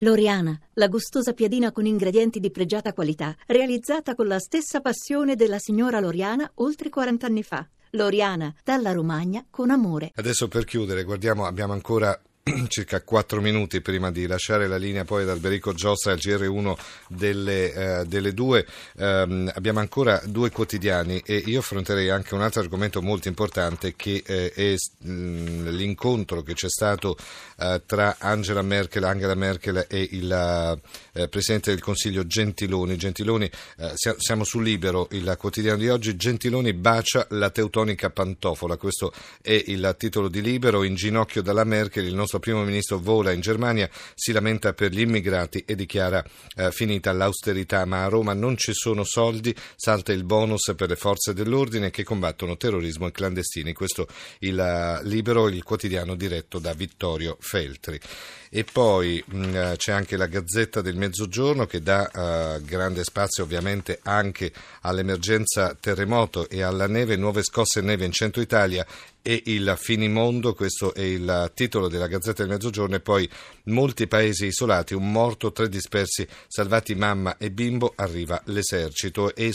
Loriana, la gustosa piadina con ingredienti di pregiata qualità, realizzata con la stessa passione della signora Loriana oltre 40 anni fa. Loriana, dalla Romagna con amore. Adesso per chiudere, guardiamo, abbiamo ancora circa 4 minuti prima di lasciare la linea poi ad Alberico Giostra al GR1 delle 2. Abbiamo ancora 2 quotidiani e io affronterei anche un altro argomento molto importante che è l'incontro che c'è stato tra Angela Merkel e il Presidente del Consiglio Gentiloni. Siamo su Libero, il quotidiano di oggi. Gentiloni bacia la teutonica pantofola, questo è il titolo di Libero. In ginocchio dalla Merkel, il nostro primo ministro vola in Germania, si lamenta per gli immigrati e dichiara finita l'austerità, ma a Roma non ci sono soldi, salta il bonus per le forze dell'ordine che combattono terrorismo e clandestini. Questo il Libero, il quotidiano diretto da Vittorio Feltri. E poi c'è anche la Gazzetta del Mezzogiorno che dà grande spazio ovviamente anche all'emergenza terremoto e alla neve, nuove scosse neve in centro Italia e il finimondo, questo è il titolo della Gazzetta del Mezzogiorno. E poi molti paesi isolati, un morto, 3 dispersi, salvati mamma e bimbo, arriva l'esercito. E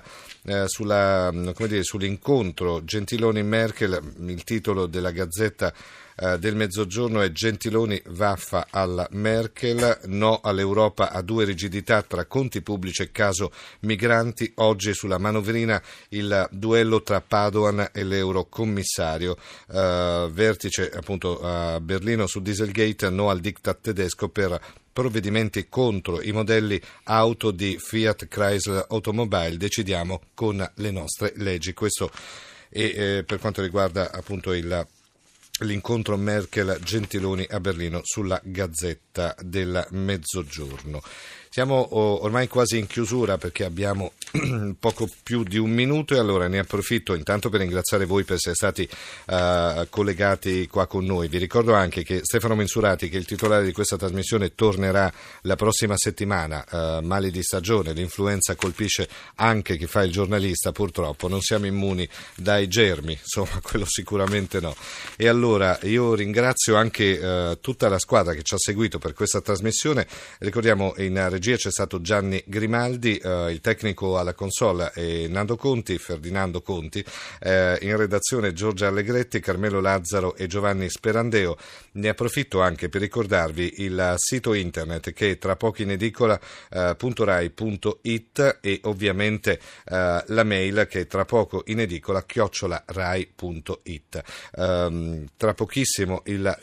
sull'incontro Gentiloni-Merkel, il titolo della Gazzetta del Mezzogiorno è: Gentiloni vaffa alla Merkel, no all'Europa a 2 rigidità tra conti pubblici e caso migranti. Oggi sulla manovrina il duello tra Padoan e l'eurocommissario. Vertice appunto a Berlino su Dieselgate, no al diktat tedesco per provvedimenti contro i modelli auto di Fiat Chrysler Automobile, decidiamo con le nostre leggi. Questo è per quanto riguarda appunto l'incontro Merkel-Gentiloni a Berlino sulla Gazzetta del Mezzogiorno. Siamo ormai quasi in chiusura perché abbiamo poco più di 1 minuto e allora ne approfitto intanto per ringraziare voi per essere stati collegati qua con noi. Vi ricordo anche che Stefano Mensurati, che è il titolare di questa trasmissione, tornerà la prossima settimana. Mali di stagione, l'influenza colpisce anche chi fa il giornalista, purtroppo non siamo immuni dai germi, insomma quello sicuramente no. E allora io ringrazio anche tutta la squadra che ci ha seguito per questa trasmissione. Ricordiamo in regia c'è stato Gianni Grimaldi, il tecnico alla console è Ferdinando Conti, in redazione Giorgia Allegretti, Carmelo Lazzaro e Giovanni Sperandeo. Ne approfitto anche per ricordarvi il sito internet che è tra poco in edicola .rai.it e ovviamente la mail che è tra poco in edicola @rai.it. Tra pochissimo il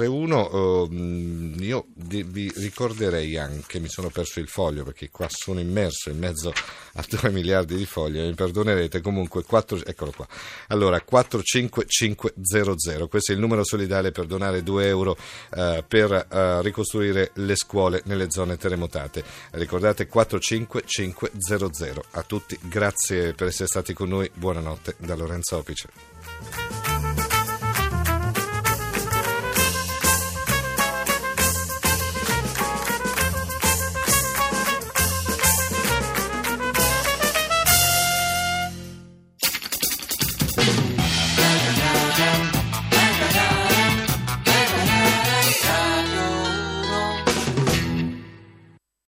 GR1. Io vi ricorderei anche, mi sono perso il foglio perché qua sono immerso in mezzo a 2 miliardi di foglie, mi perdonerete, comunque eccolo qua. Allora 45500, questo è il numero solidale per donare 2 euro per ricostruire le scuole nelle zone terremotate. Ricordate 45500. A tutti grazie per essere stati con noi, buonanotte da Lorenzo Opice.